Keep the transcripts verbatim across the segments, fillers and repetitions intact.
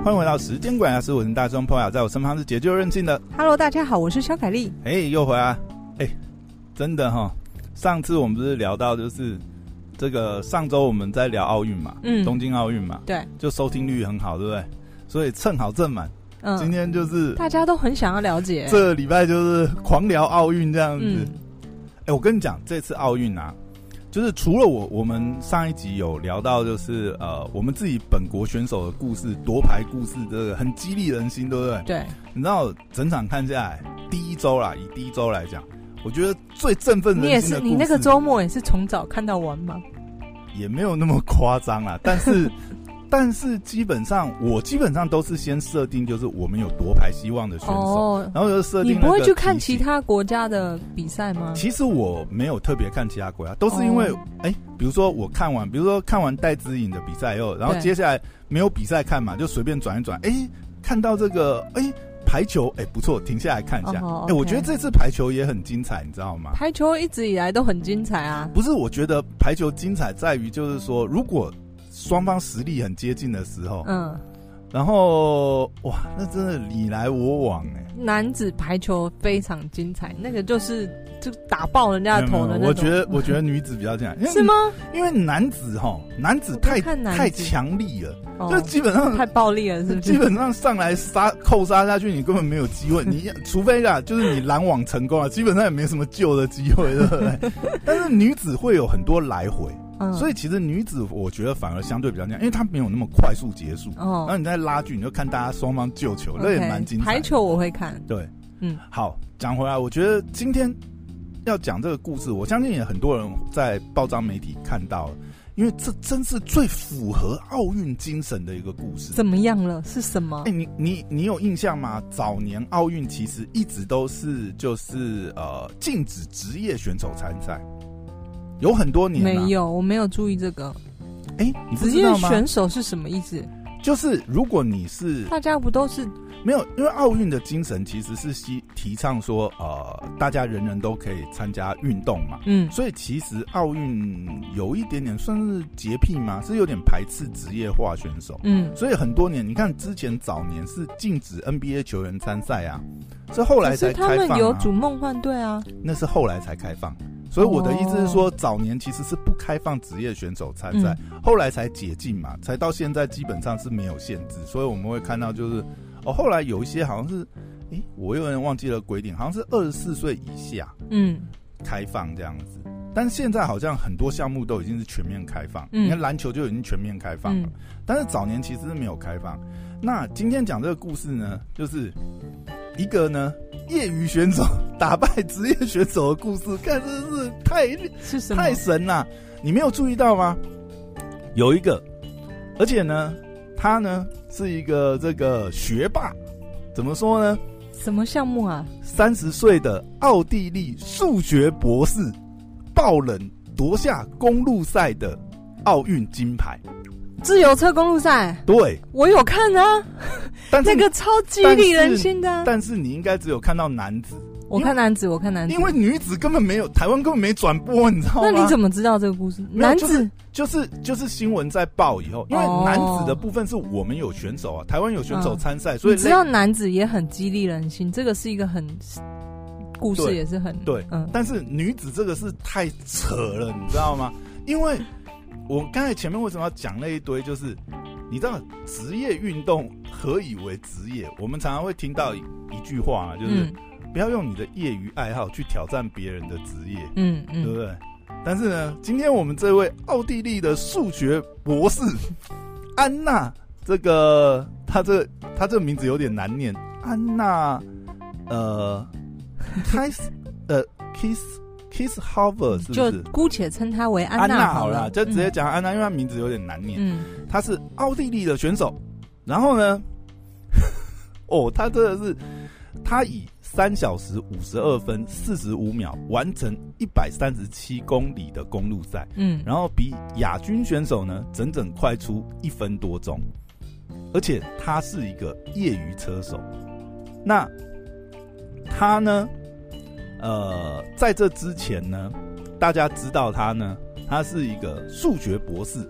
欢迎回到时间管家，是我是大众朋友，在我身旁是解救任性的。 Hello， 大家好，我是肖凯丽。 哎、欸，又回来，哎、欸，真的哈，上次我们不是聊到就是这个上周我们在聊奥运嘛，嗯，东京奥运嘛， 对， 就收听率很好，对不对？所以蹭好正满。嗯，今天就是大家都很想要了解， 这个礼拜就是狂聊奥运这样子。哎、嗯欸，我跟你讲，这次奥运啊，就是除了我，我们上一集有聊到，就是呃，我们自己本国选手的故事、夺牌故事，这个很激励人心，对不对？ 对。 你知道整场看下来，第一周啦，以第一周来讲，我觉得最振奋人心的故事， 你也是，你那个周末也是从早看到晚吗？ 也没有那么夸张啦，但是。但是基本上，我基本上都是先设定，就是我们有夺牌希望的选手，哦、然后就设定。 你不会去看其他国家的比赛吗？ 其实我没有特别看其他国家，都是因为，哎、哦欸，比如说我看完，比如说看完戴资颖的比赛以后，然后接下来没有比赛看嘛，就随便转一转，哎、欸，看到这个，哎、欸，排球，哎、欸，不错，停下来看一下。哎、 哦欸，我觉得这次排球也很精彩，你知道吗？ 排球一直以来都很精彩啊。 不是，我觉得排球精彩在于，就是说，如果双方实力很接近的时候，嗯，然后哇，那真的你来我往哎、欸。 男子排球非常精彩，那个就是就打爆人家的头的那种。 我觉得，我觉得女子比较精彩， 是吗？ 因为男子哈，男子太太强力了，哦、就基本上太暴力了，是不是？ 基本上上来杀扣杀下去，你根本没有机会。你除非啦，就是你拦网成功了，基本上也没什么救的机会，对不对？但是女子会有很多来回。嗯、所以其实女子我觉得反而相对比较这样，因为她没有那么快速结束。哦，然后你在拉锯，你就看大家双方救球，那、okay, 也蛮精彩的。 排球我会看。 对，嗯，好，讲回来，我觉得今天要讲这个故事，我相信也很多人在报章媒体看到了，因为这真是最符合奥运精神的一个故事。 怎么样了？是什么？ 哎、欸，你你你有印象吗？早年奥运其实一直都是就是呃禁止职业选手参赛。有很多年、啊、 没有，我没有注意这个。 哎、欸，你不知道吗？ 职业选手是什么意思？ 就是如果你是大家不都是没有，因为奥运的精神其实是希提倡说，呃，大家人人都可以参加运动嘛。嗯，所以其实奥运有一点点算是洁癖嘛，是有点排斥职业化选手。嗯，所以很多年，你看之前早年是禁止 N B A 球员参赛啊，是后来才开放、啊。 可是他们有组梦幻队啊， 那是后来才开放。所以我的意思是说，早年其实是不开放职业选手参赛，嗯、后来才解禁嘛，才到现在基本上是没有限制。所以我们会看到，就是哦，后来有一些好像是，哎、欸，我有点忘记了规定，好像是二十四岁以下，嗯，开放这样子。但是现在好像很多项目都已经是全面开放，嗯、你看篮球就已经全面开放了，嗯、但是早年其实是没有开放。那今天讲这个故事呢，就是一个呢。业余选手打败职业选手的故事，看真是太是什么太神了！你没有注意到吗？有一个，而且呢，他呢是一个这个学霸，怎么说呢？ 什么项目啊？ 三十岁的奥地利数学博士，爆冷夺下公路赛的奥运金牌。 自由车公路赛， 对， 我有看啊，但那个超激励人心的、啊。 但是你应该只有看到男子， 我看男子，我看男子， 因为女子根本没有，台湾根本没转播，你知道吗？ 那你怎么知道这个故事？男子、 就是、就是就是新闻在报以后，因为男子的部分是我们有选手啊，台湾有选手参赛、嗯，所以你知道男子也很激励人心，这个是一个很故事也是很对，嗯，但是女子这个是太扯了，你知道吗？因为。我刚才前面为什么要讲那一堆？就是你知道，职业运动何以为职业？我们常常会听到 一, 一句话、啊，就是、嗯、不要用你的业余爱好去挑战别人的职业，嗯嗯，对不对？但是呢，今天我们这位奥地利的数学博士安娜，这个她这她这个名字有点难念，安娜，呃 ，Kiss， 呃 ，Kiss。Kiss Harvard 是不是？ 就姑且称她为安娜好了，就直接讲安娜、嗯，因为她名字有点难念。嗯，她是奥地利的选手，然后呢，哦，她真的是，她以三小时五十二分四十五秒完成一百三十七公里的公路赛，嗯，然后比亚军选手呢整整快出一分多钟，而且她是一个业余车手。那她呢？呃，在这之前呢，大家知道他呢，他是一个数学博士，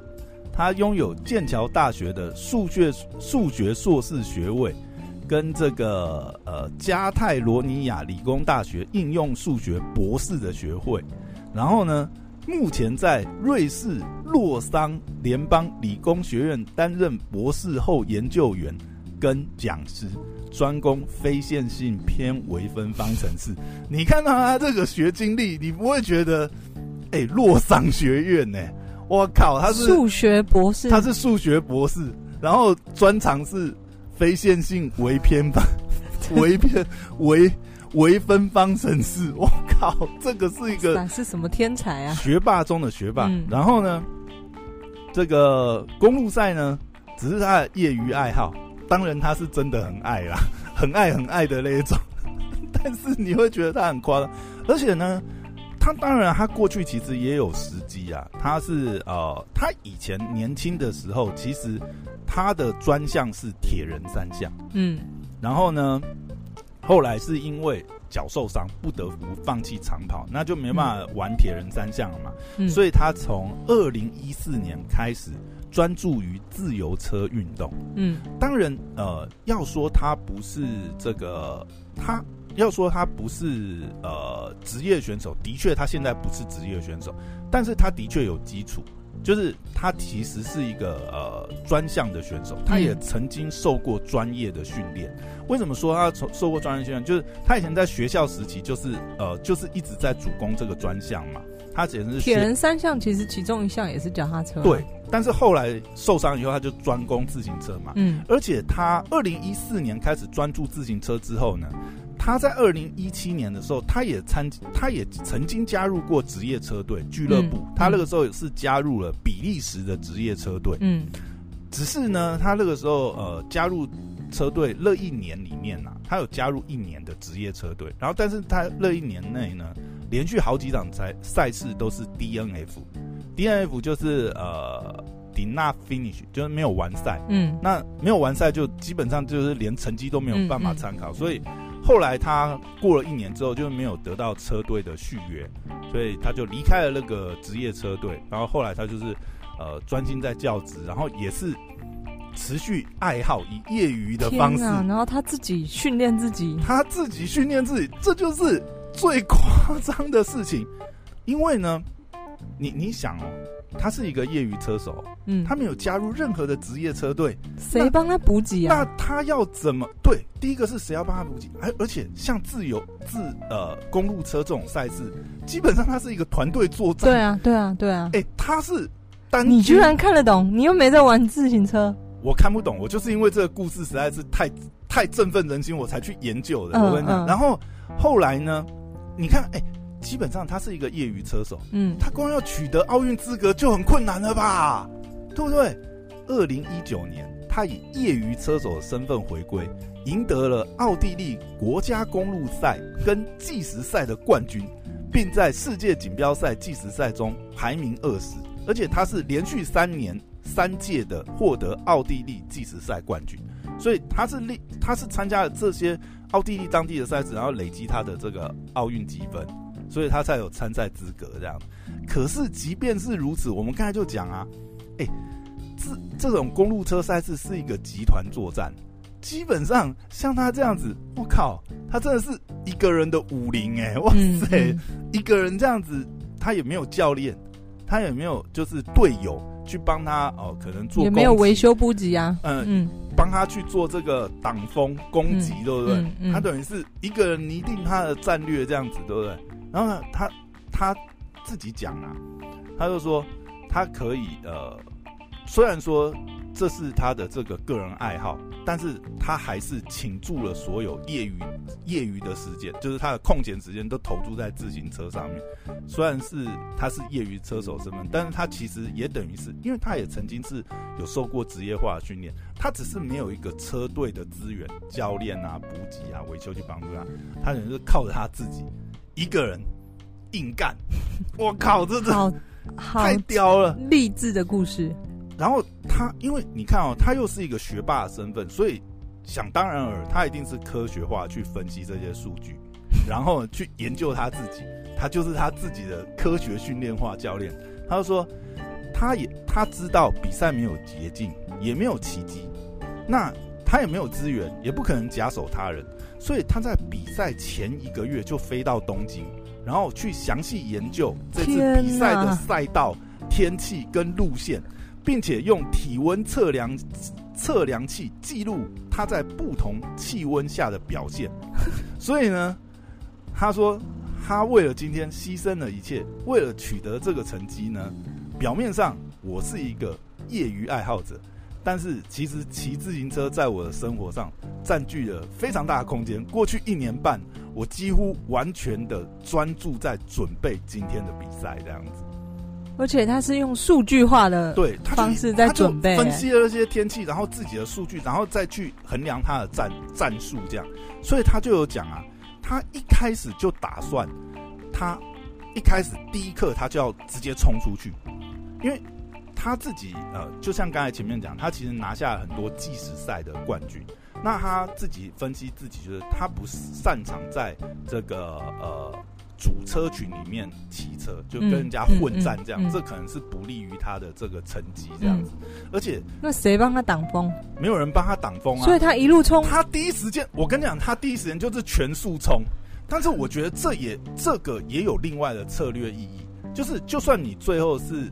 他拥有剑桥大学的数学数学硕士学位，跟这个呃加泰罗尼亚理工大学应用数学博士的学位。然后呢，目前在瑞士洛桑联邦理工学院担任博士后研究员跟讲师，专攻非线性偏微分方程式。你看到他这个学经历，你不会觉得，哎、欸，洛桑学院呢、欸？我靠，他是数学博士， 他是数学博士，然后专长是非线性微偏方、微偏微微分方程式。我靠，这个是一个是什么天才啊？ 学霸中的学霸。 嗯、 然后呢，这个公路赛呢，只是他的业余爱好。当然他是真的很爱啦，很爱很爱的那一种，但是你会觉得他很夸张。而且呢，他当然他过去其实也有时机啊，他是呃，他以前年轻的时候，其实他的专项是铁人三项，嗯，然后呢，后来是因为脚受伤，不得不放弃长跑，那就没办法玩铁人三项了嘛，嗯、所以他从二零一四年开始专注于自由车运动。嗯，当然，呃，要说他不是这个，他要说他不是呃职业选手，的确他现在不是职业选手，但是他的确有基础，就是他其实是一个呃专项的选手，他也曾经受过专业的训练。嗯、为什么说他受过专业训练？就是他以前在学校时期，就是呃就是一直在主攻这个专项嘛。他简直是铁人三项，其实其中一项也是脚踏车、啊。 对，但是后来受伤以后，他就专攻自行车嘛。嗯，而且他二零一四年开始专注自行车之后呢，他在二零一七年的时候，他也参，他也曾经加入过职业车队俱乐部。嗯、他那个时候也是加入了比利时的职业车队。嗯，只是呢，他那个时候呃加入车队那一年里面啊，他有加入一年的职业车队，然后但是他那一年内呢，连续好几场赛赛事都是 D N F，D N F 就是呃 did not finish， 就是没有完赛。嗯，那没有完赛就基本上就是连成绩都没有办法参考，嗯嗯、所以后来他过了一年之后就没有得到车队的续约，所以他就离开了那个职业车队，然后后来他就是呃专心在教职，然后也是持续爱好以业余的方式， 然后他自己训练自己， 他自己训练自己，这就是最夸张的事情。因为呢，你你想哦，他是一个业余车手，嗯，他没有加入任何的职业车队， 谁帮他补给啊？ 那他要怎么？对，第一个是谁要帮他补给？而而且像自由自呃公路车这种赛事，基本上它是一个团队作战。 对啊，对啊，对啊。 哎、欸，他是单， 你居然看得懂？你又没在玩自行车。 我看不懂，我就是因为这个故事实在是太太振奋人心，我才去研究的。嗯、我跟你讲，嗯、然后后来呢，你看，哎、欸，基本上他是一个业余车手，嗯，他光要取得奥运资格就很困难了吧，对不对？二零一九年，他以业余车手的身份回归，赢得了奥地利国家公路赛跟计时赛的冠军，并在世界锦标赛计时赛中排名二十，而且他是连续三年。三届的获得奥地利计时赛冠军，所以他是他是参加了这些奥地利当地的赛事，然后累积他的这个奥运积分，所以他才有参赛资格这样。可是即便是如此，我们刚才就讲啊，哎、欸，这这种公路车赛事是一个集团作战，基本上像他这样子，我靠，他真的是一个人的武林哎、欸，哇塞，嗯嗯一个人这样子，他也没有教练，他也没有就是队友。去帮他哦，可能做也没有维修补给啊， 嗯嗯，帮他去做这个挡风攻击，嗯、对不对？嗯嗯、他等于是一个人拟定他的战略这样子，对不对？然后呢，他他自己讲啊，他就说他可以呃，虽然说这是他的这个个人爱好，但是他还是倾注了所有业余业余的时间，就是他的空闲时间都投注在自行车上面。虽然是他是业余车手身份，但是他其实也等于是，因为他也曾经是有受过职业化的训练，他只是没有一个车队的资源、教练啊、补给啊、维修去帮助他，他等于是靠着他自己一个人硬干。我靠，这这太屌了！ 励志的故事。 然后他，因为你看哦，他又是一个学霸的身份，所以想当然尔，他一定是科学化去分析这些数据，然后去研究他自己，他就是他自己的科学训练化教练。他就说， 他也他知道比赛没有捷径，也没有奇迹，那他也没有资源，也不可能假手他人，所以他在比赛前一个月就飞到东京，然后去详细研究这次比赛的赛道、天气跟路线，并且用体温测量测量器记录他在不同气温下的表现。所以呢，他说他为了今天牺牲了一切，为了取得这个成绩呢，表面上我是一个业余爱好者，但是其实骑自行车在我的生活上占据了非常大的空间。过去一年半，我几乎完全的专注在准备今天的比赛，这样子。 而且他是用数据化的方式在准备， 分析了那些天气，然后自己的数据，然后再去衡量他的战战术，这样。所以他就有讲啊，他一开始就打算，他一开始第一课他就要直接冲出去，因为他自己呃，就像刚才前面讲，他其实拿下了很多计时赛的冠军。那他自己分析自己，就是他不擅长在这个呃主车群里面骑车，就跟人家混战这样，嗯嗯嗯、这可能是不利于他的这个成绩这样子。嗯、而且那谁帮他挡风？ 没有人帮他挡风啊， 所以他一路冲。 他第一时间，我跟你讲，他第一时间就是全速冲。但是我觉得这也这个也有另外的策略意义，就是就算你最后是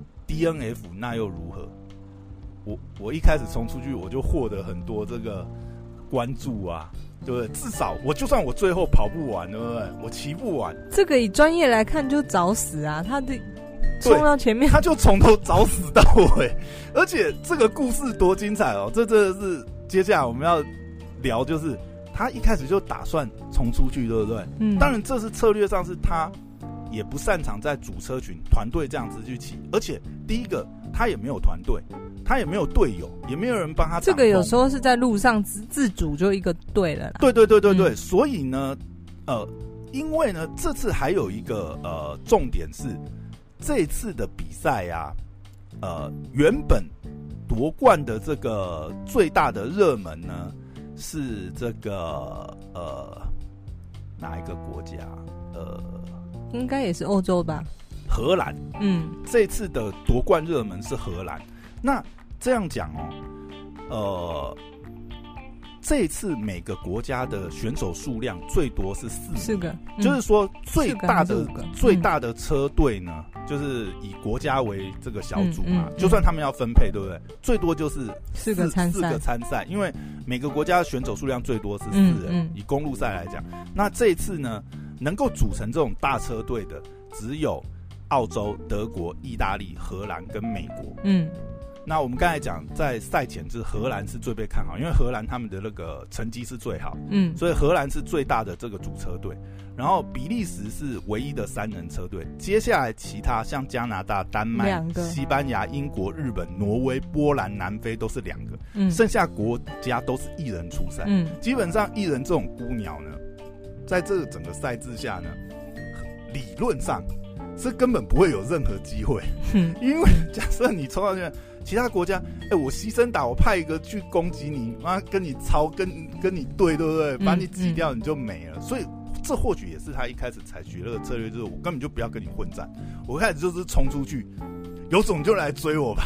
D N F， 那又如何？我我一开始冲出去，我就获得很多这个关注啊，对不对？至少我就算我最后跑不完，对不对？我骑不完， 这个以专业来看就找死啊！他的冲到前面， 他就从头找死到尾。而且这个故事多精彩哦！这真的是接下来我们要聊，就是他一开始就打算冲出去，对不对？嗯。当然，这是策略上是他也不擅长在主车群团队这样子去骑，而且第一个他也没有团队。他也没有队友，也没有人帮他挡风。这个有时候是在路上自自主就一个队了啦。 对对对对对，嗯、所以呢，呃，因为呢，这次还有一个呃重点是，这次的比赛啊，呃，原本夺冠的这个最大的热门呢是这个呃哪一个国家？呃， 应该也是欧洲吧？ 荷兰。 嗯， 这次的夺冠热门是荷兰。那这样讲哦，呃，这一次每个国家的选手数量最多是四四个， 嗯、就是说最大的最大的车队呢，嗯、就是以国家为这个小组嘛，嗯嗯、就算他们要分配，对不对？最多就是四个参赛， 四个参赛，因为每个国家的选手数量最多是四人。嗯嗯、以公路赛来讲，那这一次呢，能够组成这种大车队的只有澳洲、德国、意大利、荷兰跟美国。嗯。那我们刚才讲，在赛前就是荷兰是最被看好，因为荷兰他们的那个成绩是最好，嗯，所以荷兰是最大的这个主车队。然后比利时是唯一的三人车队，接下来其他像加拿大、丹麦、西班牙、英国、日本、挪威、波兰、南非都是两个，嗯，剩下国家都是一人出赛，嗯，基本上一人这种孤鸟呢，在这个整个赛制下呢，理论上是根本不会有任何机会，嗯，因为假设你冲到去。其他国家，哎、欸，我牺牲打，我派一个去攻击你，妈跟你超，跟跟你对，对不对？把你挤掉，你就没了。嗯嗯、所以这或许也是他一开始采取那个策略，就是我根本就不要跟你混战，我开始就是冲出去，有种就来追我吧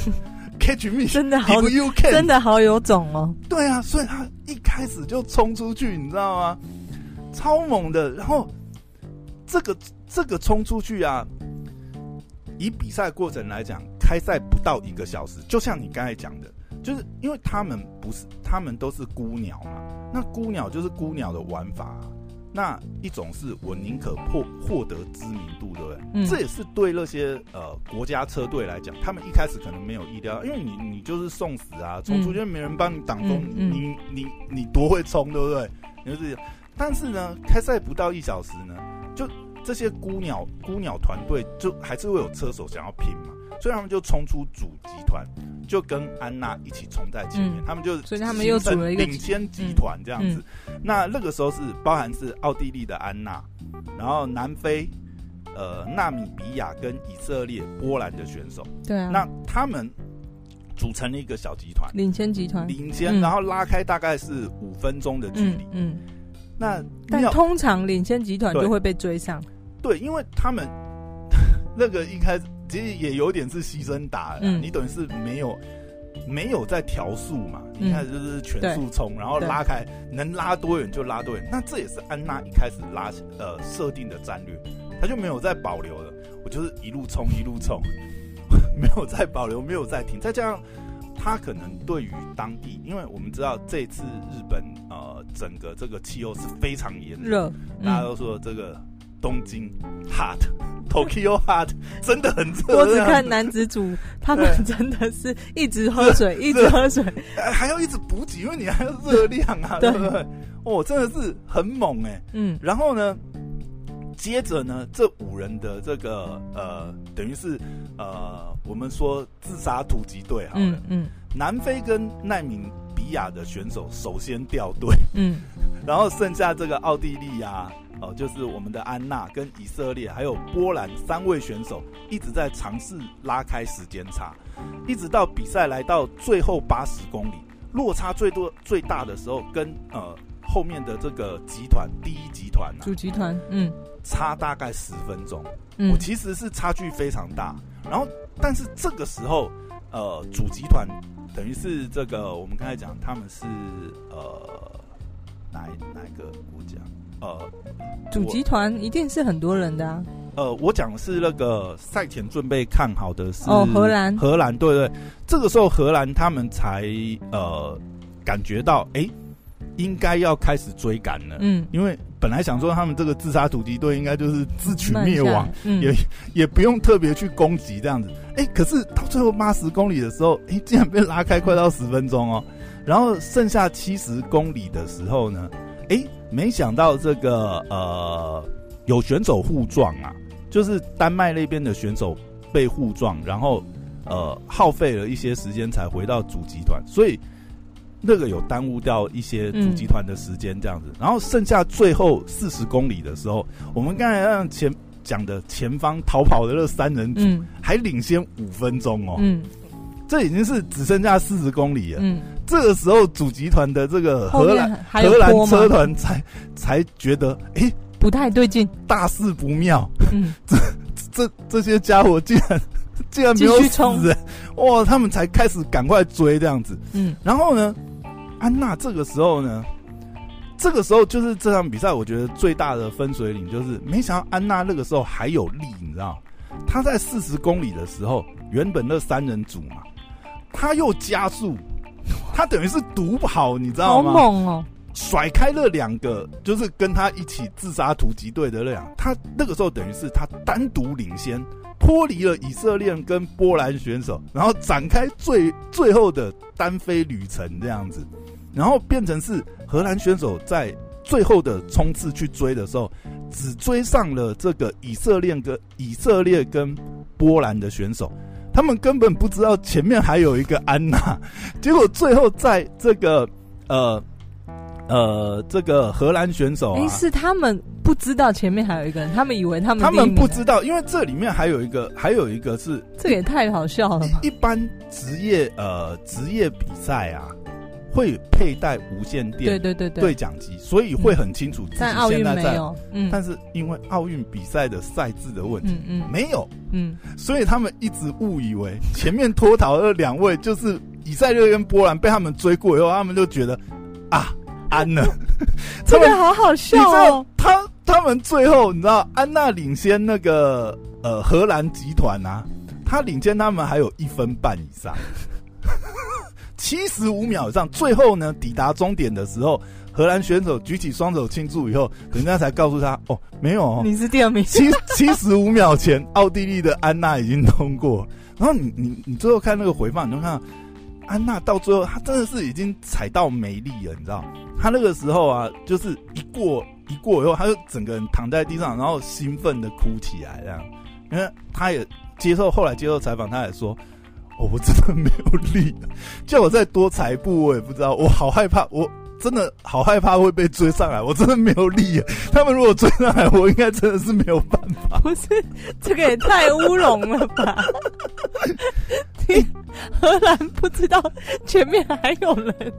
，catch me， 真的好， if you can， 真的好有种哦。 对啊，所以他一开始就冲出去，你知道吗？超猛的。然后这个这个冲出去啊，以比赛过程来讲。开赛不到一个小时，就像你刚才讲的，就是因为他们不是，他们都是孤鸟嘛。那孤鸟就是孤鸟的玩法、啊。那一种是我宁可获获得知名度，对不对？嗯、这也是对那些呃国家车队来讲，他们一开始可能没有意料，因为你你就是送死啊，冲出去没人帮你挡风，嗯、你你你你多会冲，对不对？就是，但是呢，开赛不到一小时呢，就这些孤鸟孤鸟团队就还是会有车手想要拼嘛。所以他们就冲出主集团，就跟安娜一起冲在前面，嗯、他们就所以他们又组了一个领先集团这样子。嗯嗯、那那个时候是包含是奥地利的安娜，然后南非、呃纳米比亚跟以色列、波兰的选手。 对啊， 那他们组成了一个小集团， 领先集团， 领先，嗯、然后拉开大概是五分钟的距离。嗯，嗯那但通常领先集团就会被追上。 对，因为他们那个一开始。 其实也有点是牺牲打了、嗯，你等于是没有没有在调速嘛，你看就是全速冲、嗯，然后拉开能拉多远就拉多远。那这也是安娜一开始拉呃设定的战略，他就没有再保留了，我就是一路冲一路冲，没有再保留，没有再停。再加上他可能对于当地，因为我们知道这次日本呃整个这个气候是非常炎热，大家都说这个。东京 hot，Tokyo hot， 真的很热。 我只看男子组，他们真的是一直喝水，一直喝水， 还要一直补给，因为你还要热量啊，对不对？哦，真的是很猛哎、欸。嗯，然后呢，接着呢，这五人的这个呃，等于是呃，我们说自杀突击队好了，嗯嗯，南非跟奈米比亚的选手首先掉队，嗯，然后剩下这个奥地利啊。哦，就是我们的安娜跟以色列还有波兰三位选手一直在尝试拉开时间差，一直到比赛来到最后八十公里，落差最多最大的时候，跟呃后面的这个集团第一集团啊， 主集团，嗯， 差大概十分钟，嗯，我其实是差距非常大。然后，但是这个时候，呃，主集团等于是这个我们刚才讲他们是呃哪哪一个国家？呃， 主集团一定是很多人的啊。 呃，我讲的是那个赛前准备看好的是哦，荷兰， 荷兰，对对，这个时候荷兰他们才呃感觉到，哎、欸，应该要开始追赶了。嗯，因为本来想说他们这个自杀突击队应该就是自取灭亡，嗯、也也不用特别去攻击这样子。哎、欸，可是到最后八十公里的时候，哎、欸，竟然被拉开快到十分钟哦。然后剩下七十公里的时候呢，哎、欸。没想到这个呃有选手互撞啊，就是丹麦那边的选手被互撞，然后呃耗费了一些时间才回到主集团，所以那个有耽误掉一些主集团的时间这样子、嗯。然后剩下最后四十公里的时候，我们刚才让前讲的前方逃跑的那三人组、嗯、还领先五分钟哦。嗯，这已经是只剩下四十公里了。嗯。这个时候，主集团的这个荷兰荷兰车团才才觉得，哎、欸， 不太对劲， 大事不妙。嗯，这这这些家伙竟然竟然没有死、欸，哇！他们才开始赶快追这样子。嗯，然后呢，安娜这个时候呢，这个时候就是这场比赛，我觉得最大的分水岭就是，没想到安娜那个时候还有力，你知道？她在四十公里的时候，原本那三人组嘛，她又加速。他等于是独跑，你知道吗？ 好猛哦！ 甩开了两个，就是跟他一起自杀突击队的那两，他那个时候等于是他单独领先，脱离了以色列跟波兰选手，然后展开最最后的单飞旅程这样子，然后变成是荷兰选手在最后的冲刺去追的时候，只追上了这个以色列跟以色列跟波兰的选手。他们根本不知道前面还有一个安娜，结果最后在这个呃呃这个荷兰选手啊， 欸、是他们不知道前面还有一个人，他们以为他们他们不知道，因为这里面还有一个还有一个是这个也太好笑了吧。 一般职业呃职业比赛啊，会佩戴无线电对对对对对讲机，所以会很清楚自己现在在。 但奥运没有，嗯， 但是因为奥运比赛的赛制的问题，嗯嗯，没有，嗯，所以他们一直误以为前面脱逃的两位就是以色列跟波兰，被他们追过以后，他们就觉得啊安了。 这个好好笑哦！ 你知道他他们最后你知道安娜领先那个呃荷兰集团啊，他领先他们还有一分半以上。七十五秒以上，最后呢抵达终点的时候，荷兰选手举起双手庆祝以后，人家才告诉他：“哦，没有哦， 你是第二名。” 七七十五秒前，奥地利的安娜已经通过。然后你你你最后看那个回放，你就看到安娜到最后，她真的是已经踩到没力了，你知道？她那个时候啊，就是一过一过以后，她就整个人躺在地上，然后兴奋的哭起来，这样。因为她也接受后来接受采访，她也说。哦，我真的没有力，叫我再多踩一步，我也不知道，我好害怕，我真的好害怕会被追上来，我真的没有力。他们如果追上来，我应该真的是没有办法。 不是，这个也太乌龙了吧？你荷兰不知道前面还有人。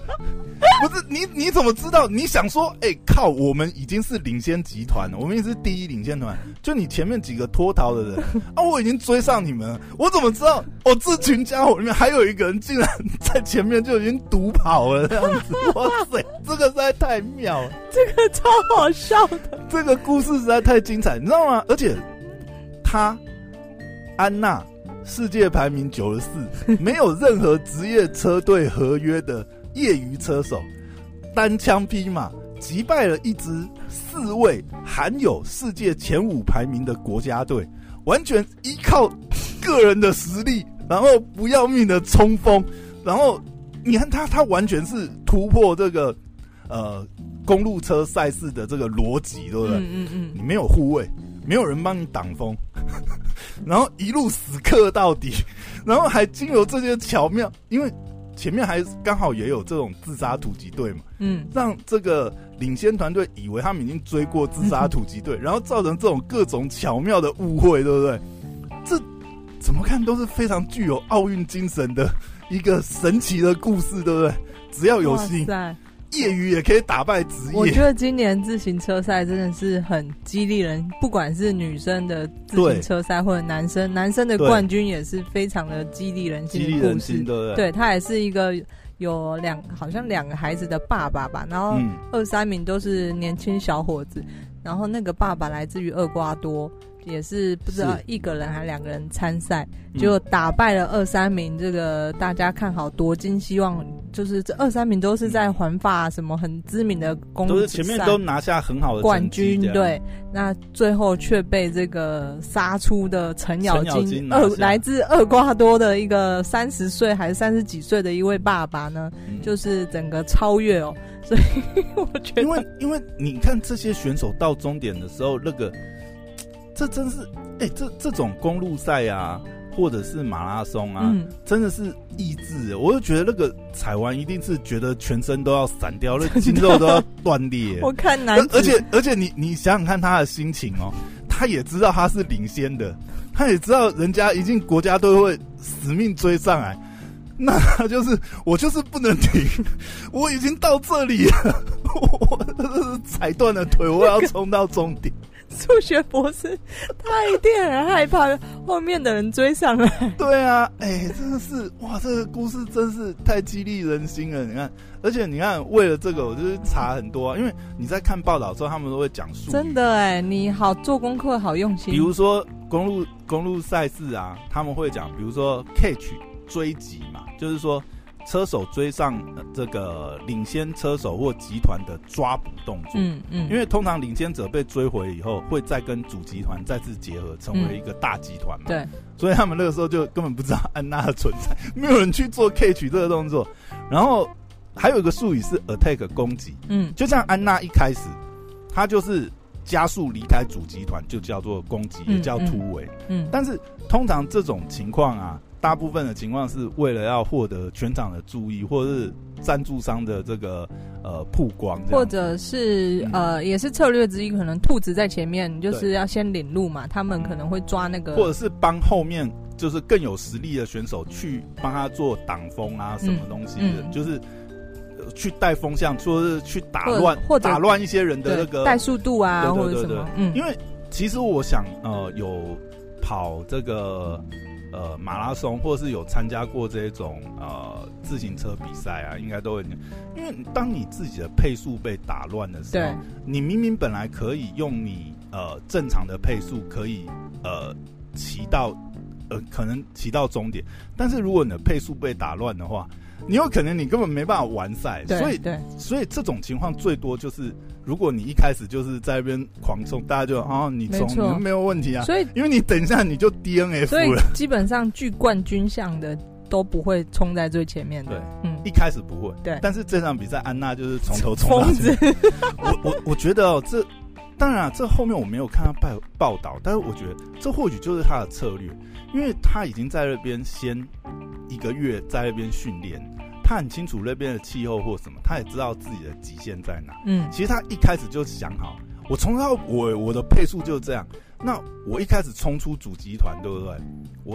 不是你，你怎么知道？你想说，哎、欸，靠，我们已经是领先集团了，我们已经是第一领先团，就你前面几个脱逃的人啊，我已经追上你们了，我怎么知道？我、哦、这群家伙里面还有一个人竟然在前面就已经独跑了，这样子，哇塞，这个实在太妙了， 这个超好笑的， 这个故事实在太精彩，你知道吗？而且他安娜世界排名九十四，没有任何职业车队合约的业余车手，单枪匹马击败了一支四位含有世界前五排名的国家队，完全依靠个人的实力，然后不要命的冲锋，然后你看他，他完全是突破这个呃公路车赛事的这个逻辑，对不对？嗯嗯嗯，你没有护卫，没有人帮你挡风，然后一路死磕到底，然后还经由这些巧妙，因为前面还刚好也有这种自杀突击队嘛，嗯，让这个领先团队以为他们已经追过自杀突击队，然后造成这种各种巧妙的误会，对不对？这怎么看都是非常具有奥运精神的一个神奇的故事，对不对？只要有心，业余也可以打败职业。 我觉得今年自行车赛真的是很激励人，不管是女生的自行车赛或者男生，男生的冠军也是非常的激励人心的故事。激励人心，对不对？对，他也是一个有两好像两个孩子的爸爸吧，然后二三名都是年轻小伙子，然后那个爸爸来自于厄瓜多。也是不知道一个人还两个人参赛，结果打败了二三名，这个大家看好夺金希望，就是这二三名都是在环法什么很知名的公路都是前面都拿下很好的冠军，对，那最后却被这个杀出的程咬金，二来自厄瓜多的一个三十岁还是三十几岁的一位爸爸呢，嗯、就是整个超越哦，所以我觉得， 因为因为你看这些选手到终点的时候，那个。这真是，哎、欸，这这种公路赛啊，或者是马拉松啊，嗯、真的是意志。我就觉得那个踩完一定是觉得全身都要散掉，那筋肉都要断裂。 我看男子， 而且而且你你想想看他的心情哦，他也知道他是领先的，他也知道人家一定国家队会死命追上来，那他就是我就是不能停，我已经到这里了，我踩断了腿，我要冲到终点。 数学博士他一定很害怕后面的人追上来。 对啊，哎、欸，真的是哇，这个故事真是太激励人心了。你看，而且你看，为了这个，我就是查很多、啊，因为你在看报道之后，他们都会讲述。 真的哎，你好做功课，好用心。 比如说公路公路赛事啊，他们会讲，比如说 catch 追击嘛，就是说。车手追上这个领先车手或集团的抓捕动作，嗯嗯，因为通常领先者被追回以后，会再跟主集团再次结合，成为一个大集团嘛，对、嗯，所以他们那个时候就根本不知道安娜的存在，没有人去做 catch 这个动作。然后还有一个术语是 attack 攻击，嗯，就像安娜一开始，她就是加速离开主集团，就叫做攻击，也叫突围，嗯，但是通常这种情况啊。大部分的情况是为了要获得全场的注意，或者是赞助商的这个呃曝光， 或者是、嗯、呃也是策略之一。可能兔子在前面，就是要先领路嘛，他们可能会抓那个， 或者是帮后面就是更有实力的选手去帮他做挡风啊，什么东西的，嗯嗯、就是去带风向，说是去打乱或者打乱一些人的那个带速度啊， 对对对对或者什么。嗯， 因为其实我想呃有跑这个。呃，马拉松或是有参加过这种呃自行车比赛啊，应该都会。因为当你自己的配速被打乱的时候，你明明本来可以用你呃正常的配速可以呃骑到呃可能骑到终点，但是如果你的配速被打乱的话，你有可能你根本没办法完赛。所以对，所以这种情况最多就是。如果你一开始就是在那边狂冲，大家就哦你冲你没有问题啊，所以因为你等一下你就 D N F 了， 所以基本上具冠军项的都不会冲在最前面的， 对，嗯，一开始不会，对，但是这场比赛安娜就是从头冲到尾。我我我觉得哦，这当然、啊、这后面我没有看到报报道，但是我觉得这或许就是他的策略，因为他已经在那边先一个月在那边训练。他很清楚那边的气候或什么，他也知道自己的极限在哪。嗯，其实他一开始就想好，我从到我我的配速就这样。那我一开始冲出主集团，对不对？我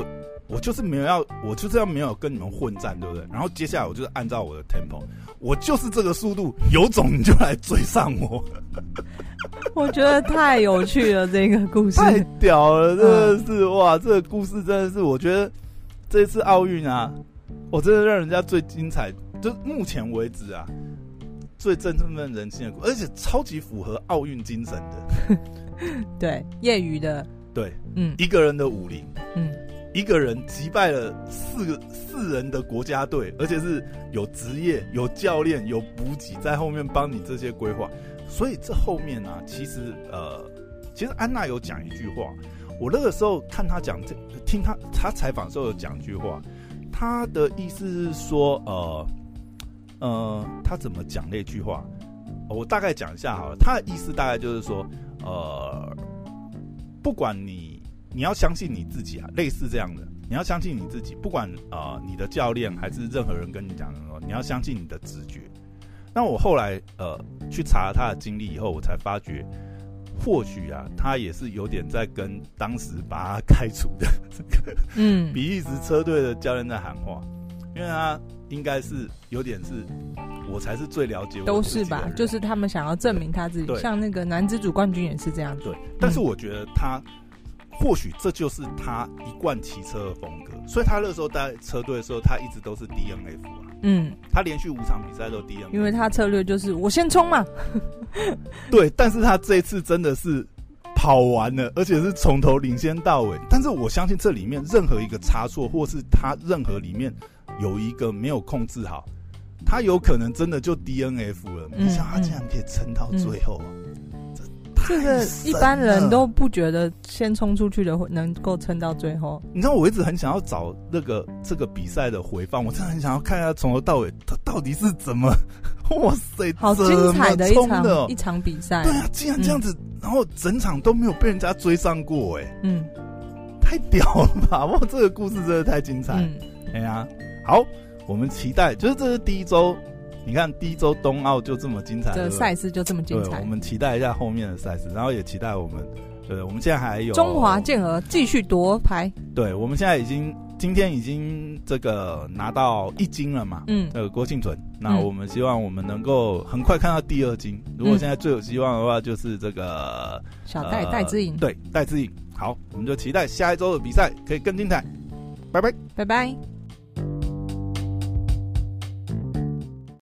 我就是没有要，我就是要没有跟你们混战，对不对？然后接下来我就是按照我的 tempo， 我就是这个速度，有种你就来追上我。 我觉得太有趣了，这个故事太屌了，真的是、嗯、哇！这个故事真的是，我觉得这次奥运啊，我真的让人家最精彩，就目前为止啊，最振奋人心的故事，而且超级符合奥运精神的。 对，业余的， 对，嗯，一个人的武林，嗯。一个人击败了四个四人的国家队，而且是有职业、有教练、有补给在后面帮你这些规划。所以这后面啊，其实呃，其实安娜有讲一句话，我那个时候看她讲，听她她采访的时候有讲一句话，她的意思是说，呃呃，她怎么讲那句话？我大概讲一下好了。她的意思大概就是说，呃，不管你。你要相信你自己啊，类似这样的，你要相信你自己，不管呃你的教练还是任何人跟你讲的时候，你要相信你的直觉。那我后来呃去查了他的经历以后，我才发觉，或许啊，他也是有点在跟当时把他开除的这个嗯比利时车队的教练在喊话，因为他应该是有点是，我才是最了解我都是吧，就是他们想要证明他自己，像那个男子组冠军也是这样子。 对，但是我觉得他。或许这就是他一贯骑车的风格，所以他那时候在车队的时候，他一直都是 D N F 啊。嗯，他连续五场比赛都 D N F， 因为他策略就是我先冲嘛。 对，但是他这一次真的是跑完了，而且是从头领先到尾。但是我相信这里面任何一个差错，或是他任何里面有一个没有控制好，他有可能真的就 D N F 了。没想到他竟然可以撑到最后啊！嗯嗯这个一般人都不觉得先冲出去的能够撑到最后。 你知道我一直很想要找那个这个比赛的回放，我真的很想要看一下从头到尾他到底是怎么，哇塞， 好精彩的一场一场比赛。 对啊，竟然这样子，嗯、然后整场都没有被人家追上过，哎，嗯，太屌了吧！哇，这个故事真的太精彩。嗯，哎呀，好，我们期待，就是这是第一周。你看第一周冬奥就这么精彩， 这赛事就这么精彩。 对，我们期待一下后面的赛事，然后也期待我们，对，我们现在还有中华健儿继续夺牌。 对，我们现在已经今天已经这个拿到一金了嘛，嗯，呃，郭婞淳。那我们希望我们能够很快看到第二金。如果现在最有希望的话，就是这个小戴戴资颖。 对，戴资颖。好，我们就期待下一周的比赛可以更精彩。拜拜， 拜拜。